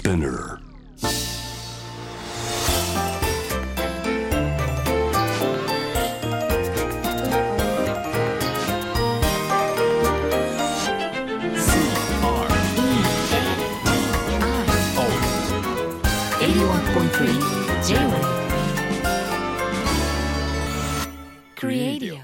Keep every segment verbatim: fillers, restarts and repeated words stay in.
Spinner J-Wave Creadio。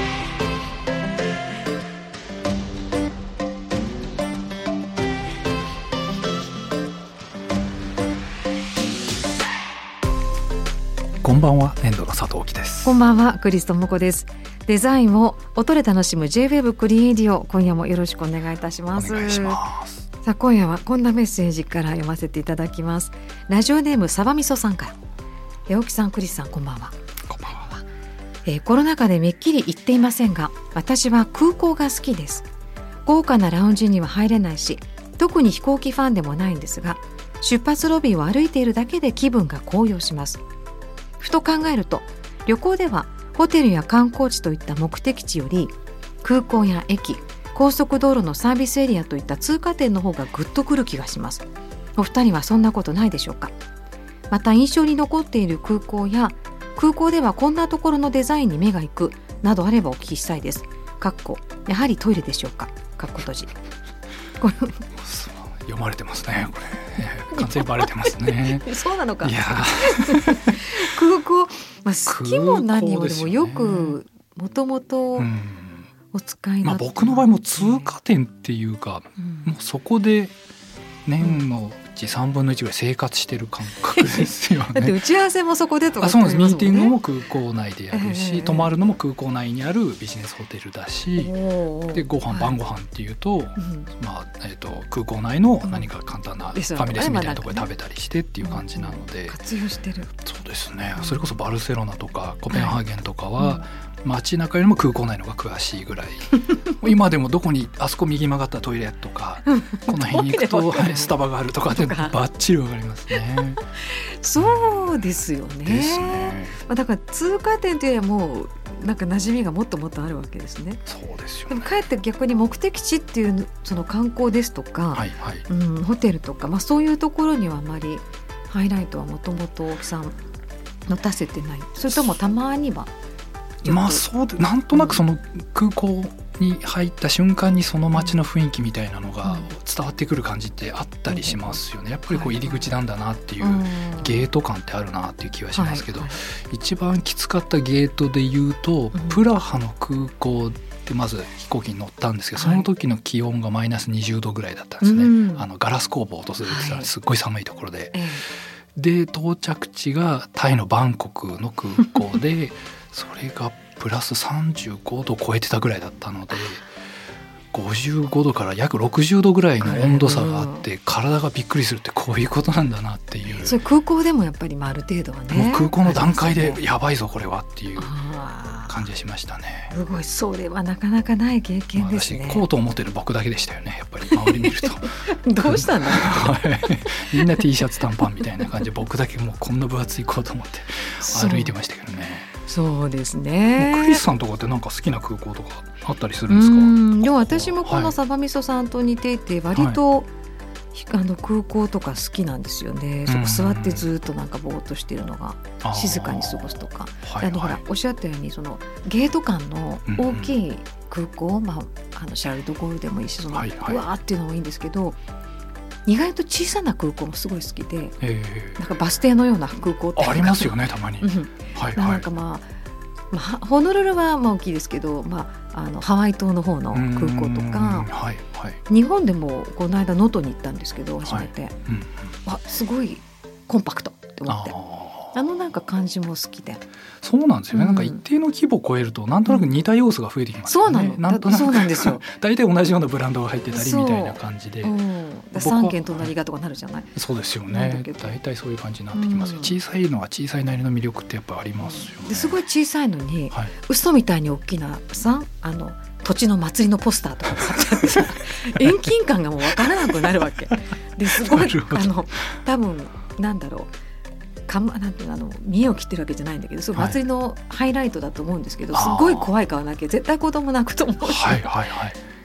こんばんは、粘土の佐藤貴です。 こんばんは、クリストモコです。デザインを音で楽しむ J-Wave クリエイディオ、今夜もよろしくお願いいたします。 お願いします。 さあ、今夜はこんなメッセージから読ませていただきます。ラジオネームサバミソさんから。青木さん、クリスさん、こんばんは。 こんばんは。 えー、コロナ禍でめっきり行っていませんが、私は空港が好きです。豪華なラウンジには入れないし、特に飛行機ファンでもないんですが、出発ロビーを歩いているだけで気分が高揚します。ふと考えると、旅行ではホテルや観光地といった目的地より、空港や駅、高速道路のサービスエリアといった通過点の方がグッとくる気がします。お二人はそんなことないでしょうか。また、印象に残っている空港や、空港ではこんなところのデザインに目が行くなどあればお聞きしたいです。かっこやはりトイレでしょうか。かっこ閉じ。これ読まれてますね、これ完全にバレてますね。 そうなのか。 いや空港、まあ、好きも何もでもよくもともとお使いになって、 まあ、僕の場合も通過点っていうか、うん、もうそこで年のうちさんぶんのいちぐらい生活してる感覚ですよね。 だって打ち合わせもそこでとか、 あ、そうなんです。ミーティングも空港内でやるし、えー、泊まるのも空港内にあるビジネスホテルだし、でご飯、はい、晩ご飯っていうと、うん、まあえー、と空港内の何か簡単なファミレスみたいなところで食べたりしてっていう感じなので、 活用してる。 そうですね、それこそバルセロナとかコペンハーゲンとかは、はい、街中よりも空港内の方が詳しいぐらい今でもどこにあそこ右曲がったトイレとかこの辺に行くとスタバがあるとかでバッチリわかりますね。 そうですよ ね, ですね。 だから通過点というよりはもうなんか馴染みがもっともっとあるわけですね。 そうですよね。 でもかえって逆に目的地っていうその観光ですとか、はいはい、うん、ホテルとか、まあ、そういうところにはあまりハイライトはもともと大木さんの出せてない。それともたまには。 まあそうで、なんとなくその空港に入った瞬間にその街の雰囲気みたいなのが伝わってくる感じってあったりしますよね。やっぱりこう入り口なんだなっていうゲート感ってあるなっていう気はしますけど、一番きつかったゲートで言うとプラハの空港でまず飛行機に乗ったんですけど、その時の気温がマイナスにじゅうどぐらいだったんですね。あのガラス工房を訪れてたすっごい寒いところで、で到着地がタイのバンコクの空港でそれがプラスさんじゅうごどを超えてたぐらいだったので、ごじゅうごどから約ろくじゅうどぐらいの温度差があって体がびっくりするってこういうことなんだなっていう。 それ空港でもやっぱりある程度はね、 もう空港の段階でやばいぞこれはっていう感じがしましたね。 すごい、それはなかなかない経験ですね。 まあ、私コートを持ってる僕だけでしたよね、やっぱり周り見るとどうしたんだろうみんな T シャツ短パンみたいな感じで僕だけもうこんな分厚いコートを持って歩いてましたけどね。 そうですね。 クリスさんとかってなんか好きな空港とかあったりするんですか？ うん、でも私もこのサバミソさんと似ていて、割と、はい、あの空港とか好きなんですよね。そこ座ってずっとなんかぼーっとしてるのが静かに過ごすとか、あ、あのほらおっしゃったようにそのゲート間の大きい空港、うん、まあ、あのシャルル・ド・ゴールでもいいし、その、はいはい、うわーっていうのもいいんですけど、意外と小さな空港もすごい好きで、えー、なんかバス停のような空港ってありますよね、たまに、うん、はいはい、 なんかまあ、まあ、ホノルルはまあ大きいですけど、まあ、あのハワイ島の方の空港とか、はいはい、日本でもこの間能登に行ったんですけど初めて、はい、うん、あ、すごいコンパクトって思って、あのなんか感じも好きで。 そうなんですよね、うん、なんか一定の規模を超えるとなんとなく似た要素が増えてきますよね、うん、そうなの、なんとなくそうなんですよ大体同じようなブランドが入ってたりみたいな感じで、うん、 さんけん隣がとかなるじゃない。 そうですよね、大体そういう感じになってきますよ、うん、小さいのは小さいなりの魅力ってやっぱありますよね。 ですごい小さいのに、はい、嘘みたいに大きなさ、あの土地の祭りのポスターとか貼っちゃってさ遠近感がもう分からなくなるわけですごいあの多分なんだろうかま、なんていうの、あの見栄を切ってるわけじゃないんだけど、その祭りのハイライトだと思うんですけど、はい、すごい怖い顔なきゃ絶対子供泣くと思うし、はいはいはい、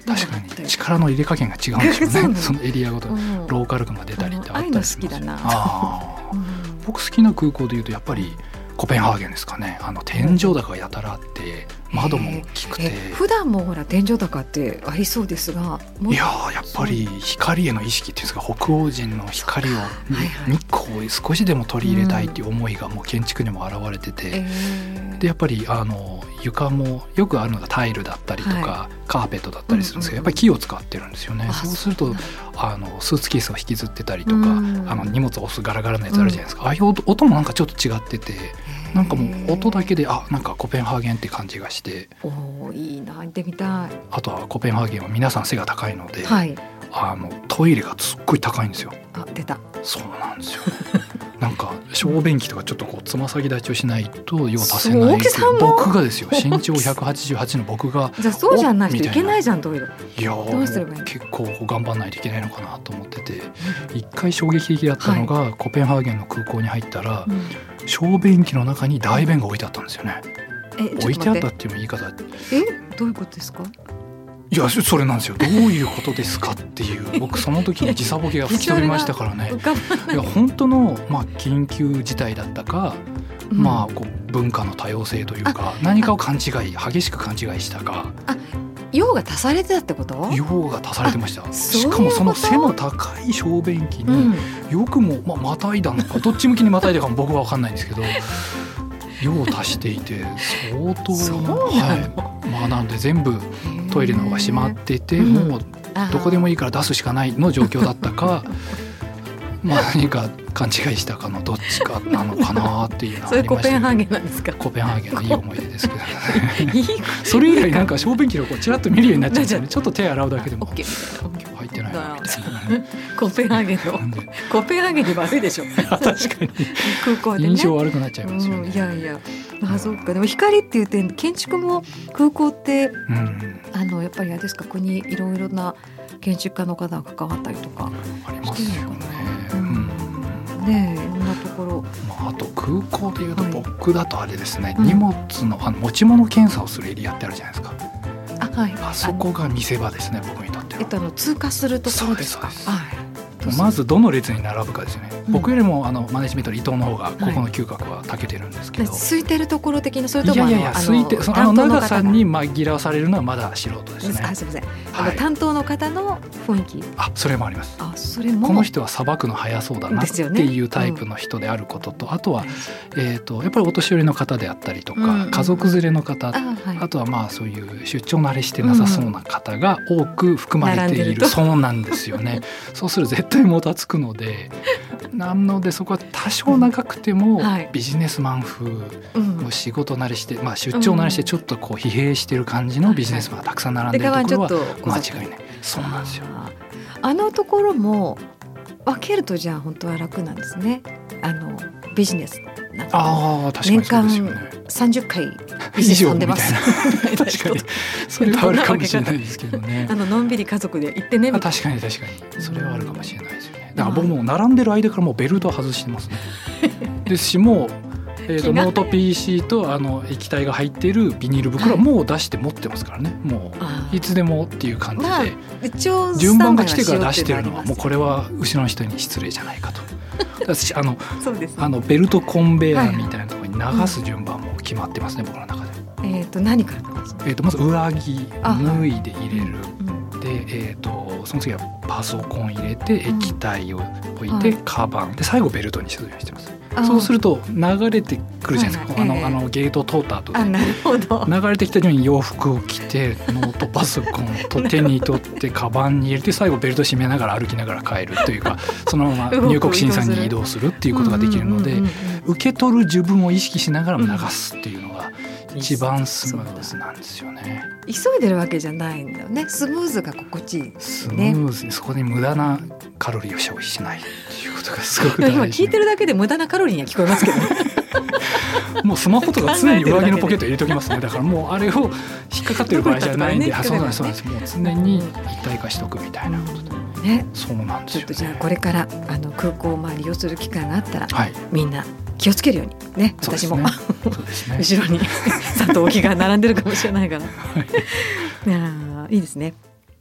確かに力の入れ加減が違うんでしょうねそのエリアごと、 うん、 ローカル感が出たりってあったりします。 ああいうの好きだな。 あ、 うん、 僕好きな空港でいうとやっぱりコペンハーゲンですかね。あの天井高がやたらあって窓も大きくて、 普段もほら天井高ってありそうですが、 いややっぱり光への意識っていうんですか、北欧人の光を、はいはい、日光を少しでも取り入れたいっていう思いがもう建築にも表れてて、うん、でやっぱりあの床もよくあるのがタイルだったりとか、はい、カーペットだったりするんですけど、やっぱり木を使ってるんですよね。そうするとあのスーツケースを引きずってたりとか、うん、あの荷物を押すガラガラのやつあるじゃないですか、うん、ああいう音もなんかちょっと違ってて、なんかもう音だけであなんかコペンハーゲンって感じがして、 おいいな、行ってみたい。 あとはコペンハーゲンは皆さん背が高いので、 はい、 あのトイレがすっごい高いんですよ。 あ、出た。 そうなんですよなんか小便器とかちょっとこうつま先立ちをしないと用足せない。 大木さんも僕がですよ、身長ひゃくはちじゅうはちの僕がじゃあそうじゃないといけないじゃんトイレ。 いやどうすればいい、結構頑張んないといけないのかなと思ってて、一回衝撃的だったのが、はい、コペンハーゲンの空港に入ったら、うん、小便器の中に大便が置いてあったんですよね。 え置いてあったっていう言い方、 えどういうことですか。 いやそれなんですよ、どういうことですかっていう僕その時に時差ボケが吹き飛びましたからねいや本当の、まあ、緊急事態だったか、うん、まあこう文化の多様性というか何かを勘違い激しく勘違いしたか。 あ、用が足されてたってこと。 用が足されてました。しかもその背の高い小便器によくも、まあ、またいだのかどっち向きにまたいだかも僕は分かんないんですけど用を足していて相当な、はい、まあ、なので全部トイレの方が閉まってて、うん、もうどこでもいいから出すしかないの状況だったかまあ何か勘違いしたかのどっちかなのかなっていうのはありましたけど。それコペンハーゲンなんですか。 コペンハーゲンのいい思い出ですけどねそれ以来なんか小便器をこうチラッと見るようになっちゃうんですよね。ちょっと手洗うだけでも OK みたいな、入ってないなみたいなコペンハーゲンのコペンハーゲンに悪いでしょ確かに空港でね印象悪くなっちゃいますよね、 うん、いやいや、あ、そっか。でも光っていう点、建築も空港って、うん、あのやっぱりあれですか、国いろいろな建築家の方が関わったりとかありますよね。 ねえ、いろんなところ、 まあ、あと空港でいうと僕だとあれですね、はい、荷物の、あの持ち物検査をするエリアってあるじゃないですか。 あ、はい、 あそこが見せ場ですね、僕にとっては。 えっと、あの通過するところですか。 そうです、そうです。まずどの列に並ぶかですよね、うん、僕よりもあのマネジメントの伊藤の方がここの嗅覚は長けてるんですけど、はい、 空いてるところ的な、それともいやいやいや、空いてそのあの長さに紛らわされるのはまだ素人ですね。 あ、すみません、あの担当の方の雰囲気、 あ、それもあります。 あ、それもこの人はさばくの早そうだなっていうタイプの人であることと、あとは、えー、とやっぱりお年寄りの方であったりとか、うん、家族連れの方、あ、はい、あとはまあそういう出張慣れしてなさそうな方が多く含まれている、そうなんですよねそうすると絶対もたつくのでなのでそこは多少長くてもビジネスマン風、うん、仕事慣れして、まあ、出張慣れしてちょっとこう疲弊してる感じのビジネスマンがたくさん並んでるところは間違いない。そうなんですよ。 あのところも分けるとじゃあ本当は楽なんですね。あのビジネスなんかあ、確かにそうですよね。 年間さんじゅっかいビジネス飛んでます確かにそれはあるかもしれないですけどねあののんびり家族で行ってね。 確かに確かにそれはあるかもしれないですよね。だから僕も並んでる間からもうベルト外してますねですし、もう、えー、とノート ピーシー とあの液体が入っているビニール袋はもう出して持ってますからね、もういつでもっていう感じで、まあ、順番が来てから出してるのはもうこれは後ろの人に失礼じゃないかと私あのそうです、ね、 あのベルトコンベヤーみたいなところに流す順番も決まってますね、うん、僕の中で。 えー、と何から流すの？ えー、とまず上着脱いで入れる、うん、で、えー、とその次はパソコン入れて液体を置いて、うん、カバンで最後ベルトにするようにしてます。そうすると流れてくるじゃないですか、はいはい、あの、あのゲートを通った後であ、なるほど、 流れてきた順に洋服を着てノートパソコンを手に取ってカバンに入れて最後ベルト締めながら歩きながら帰るというかそのまま入国審査に移動するっていうことができるので、受け取る自分を意識しながら流すっていうのが一番スムーズなんですよね。 急いでるわけじゃないんだよね。スムーズが心地いい、ね、 スムーズにそこに無駄なカロリーを消費しないっていうことがすごく大事。 今聞いてるだけで無駄なカロリーには聞こえますけどねもうスマホとか常に上着のポケット入れておきますね。だからもうあれを引っかかってる場合じゃないんで、ね、そうなんです、そうなんです。もう常に一体化しとくみたいなことで、ね、そうなんですよね。 ちょっとじゃあこれからあの空港をまあ利用する機会があったら、 はい、 みんな気をつけるようにね、私も、ねね、後ろに佐藤木が並んでるかもしれないから、はい、いやいいですね。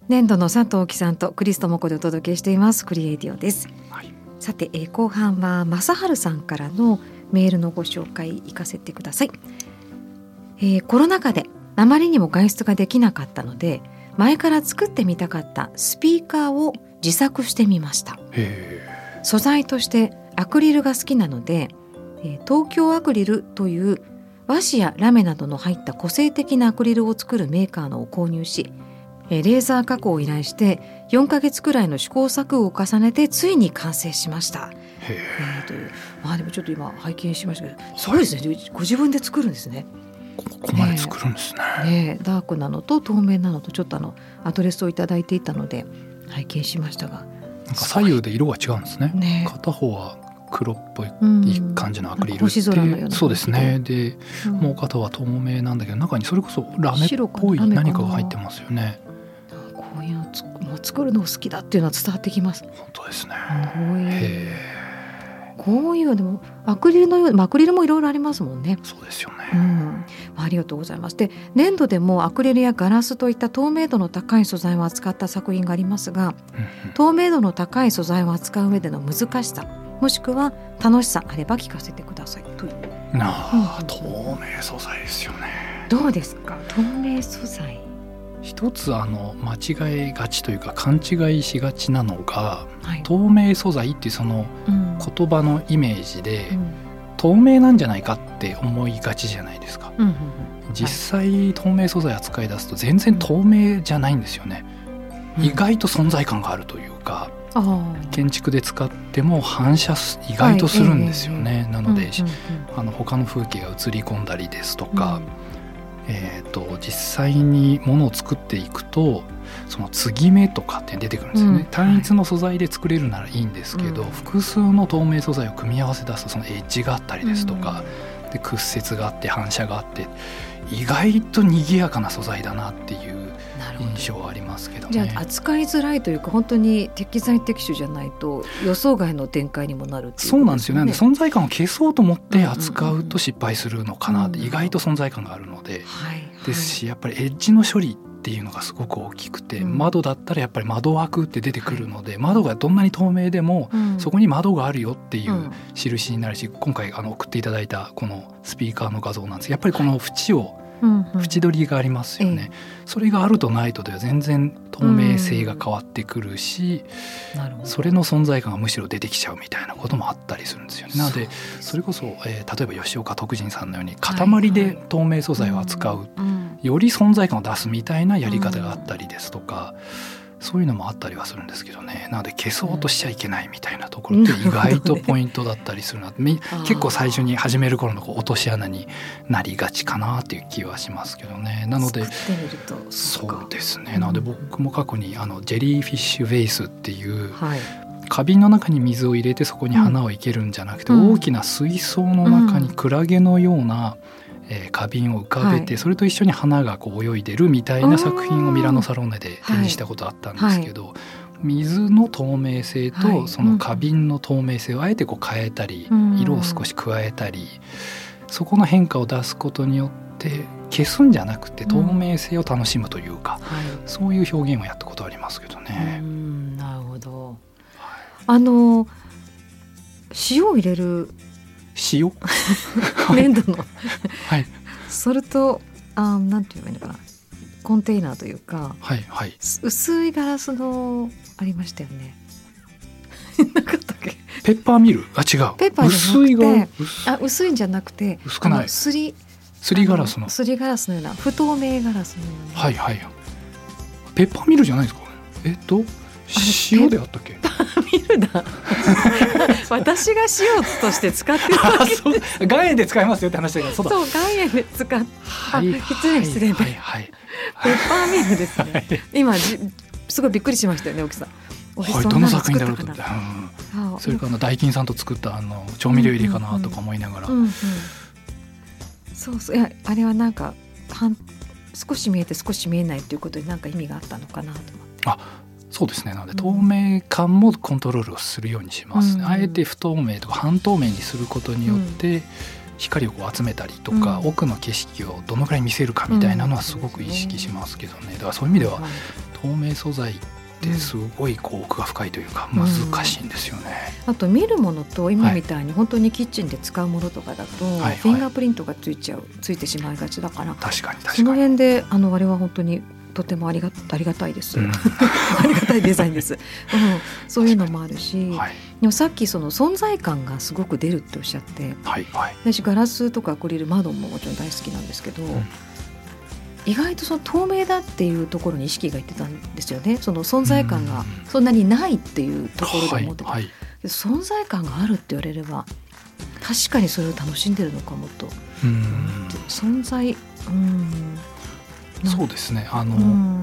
粘土の佐藤貴さんとクリストモコでお届けしていますクリエイティオです、はい、さて、えー、後半は正治さんからのメールのご紹介いかせてください。えー、コロナ禍であまりにも外出ができなかったので、前から作ってみたかったスピーカーを自作してみました。へー。素材としてアクリルが好きなので、えー、東京アクリルという和紙やラメなどの入った個性的なアクリルを作るメーカーのを購入し、レーザー加工を依頼してよんかげつくらいの試行錯誤を重ねてついに完成しました。へーという、まあ、でもちょっと今拝見しましたけど、すごいですね。ご自分で作るんですね。 ここまで作るんですね。 ねえ、ダークなのと透明なのとちょっとあのアドレスをいただいていたので拝見しましたが、 なんか左右で色が違うんですね。ね、片方は黒っぽい感じのアクリルで、 星空のような、 そうですね。で、うん、もう片は透明なんだけど、中にそれこそラメっぽい何かが入ってますよね。 こういうのつもう作るの好きだっていうのは伝わってきます。 本当ですね。 こういう、こういうでもアクリルのような、アクリルもいろいろありますもんね。 そうですよね、 うん、ありがとうございます。で、粘土でもアクリルやガラスといった透明度の高い素材を扱った作品がありますが、うんうん、透明度の高い素材を扱う上での難しさもしくは楽しさあれば聞かせてくださいという。 なあ、うん、透明素材ですよね。 どうですか、透明素材。 一つあの間違いがちというか勘違いしがちなのが、はい、透明素材っていうその言葉のイメージで、うん、透明なんじゃないかって思いがちじゃないですか、うんうんうん、実際透明素材扱い出すと全然透明じゃないんですよね、うん、意外と存在感があるというか、うん、建築で使っても反射意外とするんですよね、はい、なので、うんうんうん、あの他の風景が映り込んだりですとか、うんえー、と実際にものを作っていくとその継ぎ目とかって出てくるんですよね、うん、単一の素材で作れるならいいんですけど、うん、複数の透明素材を組み合わせ出すとそのエッジがあったりですとか、うん、で屈折があって反射があって意外と賑やかな素材だなっていう印象はありますけどね。 じゃあ扱いづらいというか本当に適材適所じゃないと予想外の展開にもなるっていうことですよね。 そうなんですよね。存在感を消そうと思って扱うと失敗するのかなって、意外と存在感があるので、はいはい、ですしやっぱりエッジの処理っていうのがすごく大きくて、うん、窓だったらやっぱり窓枠って出てくるので、はい、窓がどんなに透明でも、うん、そこに窓があるよっていう印になるし、今回あの送っていただいたこのスピーカーの画像なんです。やっぱりこの縁を、はい縁取りがありますよね、うん、それがあるとないとでは全然透明性が変わってくるし、うん、それの存在感がむしろ出てきちゃうみたいなこともあったりするんですよね。なのでそれこそ、えー、例えば吉岡徳仁さんのように塊で透明素材を扱う、はいはい、より存在感を出すみたいなやり方があったりですとか、うん、そういうのもあったりはするんですけどね。なので消そうとしちゃいけないみたいなところって意外とポイントだったりするな、ね、結構最初に始める頃のこう落とし穴になりがちかなっていう気はしますけどね。なのでそうですね、なので僕も過去にあのジェリーフィッシュベースっていう、はい、花瓶の中に水を入れてそこに花を生けるんじゃなくて、うん、大きな水槽の中にクラゲのような、えー、花瓶を浮かべて、はい、それと一緒に花がこう泳いでるみたいな作品をミラノサローネで展示したことあったんですけど、はいはい、水の透明性とその花瓶の透明性をあえてこう変えたり、うん、色を少し加えたり、そこの変化を出すことによって消すんじゃなくて透明性を楽しむというか、うんはい、そういう表現をやったことありますけどね。 うんなるほど、はい、あの塩を入れる塩粘土の、 はい、 それとあなんて言えばいいのかな、コンテイナーというか、 はいはい、 薄いガラスのありましたよねなかったっけ。 ペッパーミルあ違うペッパーじゃなくて薄いあ薄いんじゃなくて薄くないすりすりガラスのすりガラスのような不透明ガラスのような、 はいはい、ペッパーミルじゃないですか。えっと塩であったっけ。 ペッパーミルだ私が塩として使ってるわけそう岩塩で使いますよって話だけど、そうだそう岩塩で使って、はい、失礼失礼、はいはい、ペッパーミルですね、はい、今じすごいびっくりしましたよね沖さん。 はい、どの作品だろうと思って、うん、それから大金さんと作ったあの調味料入れかなとか思いながら、うんうんうん、 そうそういやあれはなんか半少し見えて少し見えないということに何か意味があったのかなと思って。 あそうですね。なので透明感もコントロールをするようにしますね、うん、あえて不透明とか半透明にすることによって光をこう集めたりとか、うん、奥の景色をどのくらい見せるかみたいなのはすごく意識しますけどね。だからそういう意味では透明素材ってすごいこう奥が深いというか難しいんですよね、 うん、あと見るものと今みたいに本当にキッチンで使うものとかだと、はい、フィンガープリントがついちゃうついてしまいがちだから、 確かに確かにその辺であのあれは本当にとてもありが、ありがたいです、うん、ありがたいデザインです、うん、そういうのもあるし、はい、でもさっきその存在感がすごく出るっておっしゃって、はいはい、私ガラスとかアクリル窓ももちろん大好きなんですけど、うん、意外とその透明だっていうところに意識がいってたんですよね。その存在感がそんなにないっていうところで思ってた、はいはい、存在感があるって言われれば確かにそれを楽しんでるのかもと思って存在うんそうですねあの、うん、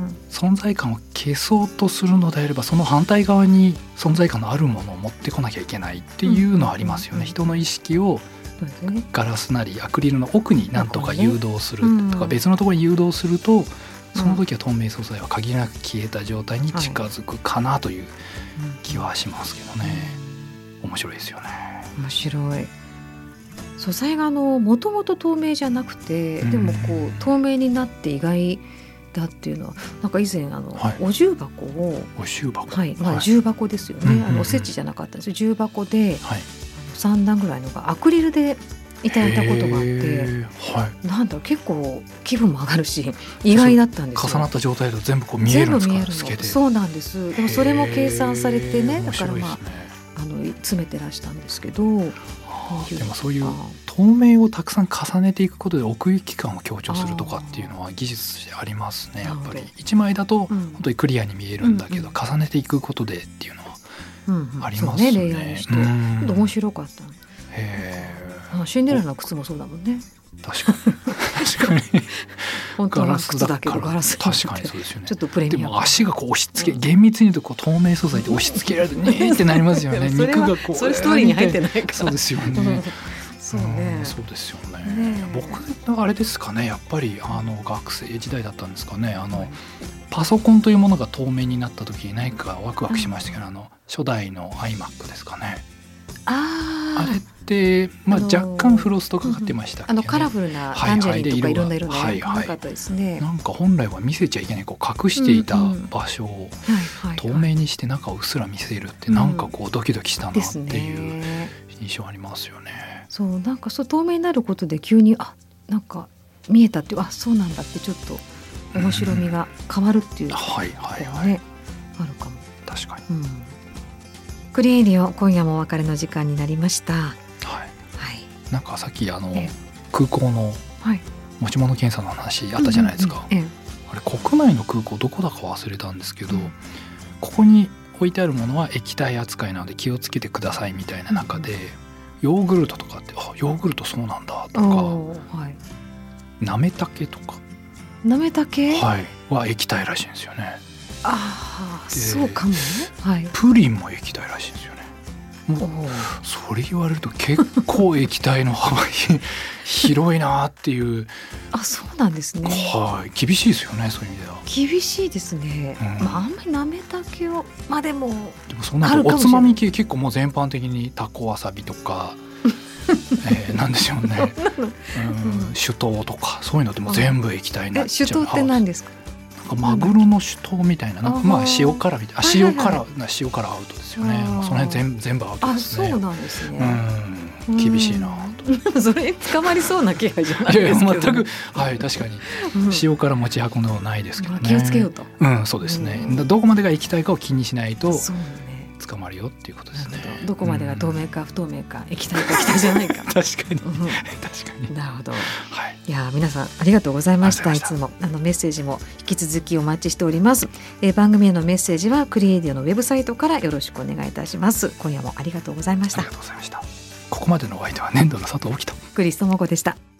存在感を消そうとするのであればその反対側に存在感のあるものを持ってこなきゃいけないっていうのはありますよね、うん、人の意識をガラスなりアクリルの奥に何とか誘導するとか別のところに誘導するとその時は透明素材は限りなく消えた状態に近づくかなという気はしますけどね。面白いですよね。 面白い。素材がもともと透明じゃなくてでもこう透明になって意外だっていうのはなんか以前あの、はい、お重箱をお重箱、 はいまあ、重箱ですよね、はい、あのおせちじゃなかったんですよ。重箱で、はい、さん段ぐらいのがアクリルでいただいたことがあって、はい、なんだろう結構気分も上がるし意外だったんですよ。 重なった状態で全部こう見えるんですか？ 全部見えるの。 透けて。 そうなんです。でもそれも計算されてねだからまああの詰めてらしたんですけどでもそういう透明をたくさん重ねていくことで奥行き感を強調するとかっていうのは技術でありますね。やっぱりいちまいだと本当にクリアに見えるんだけど、うん、重ねていくことでっていうのはありますね。 うんうん、そうねレイヤーにして、うん、面白かった。へー、シンデレラの靴もそうだもんね。 確かに確かに本当は靴だけどガラス確かにそうですよね。 ちょっとプレミアムでも足がこう押し付け、うん、厳密に言うとこう透明素材で押し付けられてねってなりますよね。肉がこうそれストーリーに入ってないからそうですよね。 そうね、 うん、そうですよね。ね僕あれですかねやっぱりあの学生時代だったんですかねあの、はい、パソコンというものが透明になった時に何かワクワクしましたけど、うん、あの初代の iMac ですかね。 ああれって、まあ、若干フロストかかってましたっけ、ね、 あのカラフルなタンジェリンとかいろんな色がなかったですね。 なんか本来は見せちゃいけないこう隠していた場所を透明にして中をうっすら見せるってなんかこうドキドキしたなっていう印象ありますよね。 そうなんかそう透明になることで急にあなんか見えたっていうあそうなんだってちょっと面白みが変わるっていう、ね、うん、はいはいはい、あるかも。 確かに、 うん、クリエイディオ今夜もお別れの時間になりました。はい、はい、 なんかさっきあの空港の持ち物検査の話あったじゃないですか、うんうんうん、あれ国内の空港どこだか忘れたんですけど、うん、ここに置いてあるものは液体扱いなので気をつけてくださいみたいな中で、うん、ヨーグルトとかってあヨーグルトそうなんだとか、はい、なめたけとかなめたけ、 はい、は液体らしいんですよね。 ああそうかもね、はい、 プリンも液体らしいんですよね。もうそれ言われると結構液体の幅広いなっていうあそうなんですね。 はい厳しいですよねそういう意味では。 厳しいですね、うんまあ、あんまりなめたけをまあでもでもそんなおつまみ系結構もう全般的にタコわさびとかえー、なんでしょうねうん酒盗とかそういうのってもう全部液体になっちゃう。 酒盗って何ですか？ マグロの酒盗みたいな、なんかまあ塩辛みたいな、あ塩辛な塩辛アウトですよね。その辺全全部アウトですね。 あそうなんですね。 うん厳しいなと。それ捕まりそうな気配じゃないですけど、ね。いや全くはい確かに塩辛持ち運んだことないですけどね。気をつけようと。 うんそうですね。どこまでが液体かを気にしないと。そうね。捕まるよっていうことですね。 どこまでが透明か不透明か、うん、液体か液体じゃないか確かに、うん、確かに。 なるほど、はい、いや皆さんありがとうございました。いつもあのメッセージも引き続きお待ちしております。えー、番組へのメッセージはクリエイディオのウェブサイトからよろしくお願いいたします。今夜もありがとうございました。 ありがとうございました。ここまでのお相手は粘土の佐藤沖とクリストモコでした。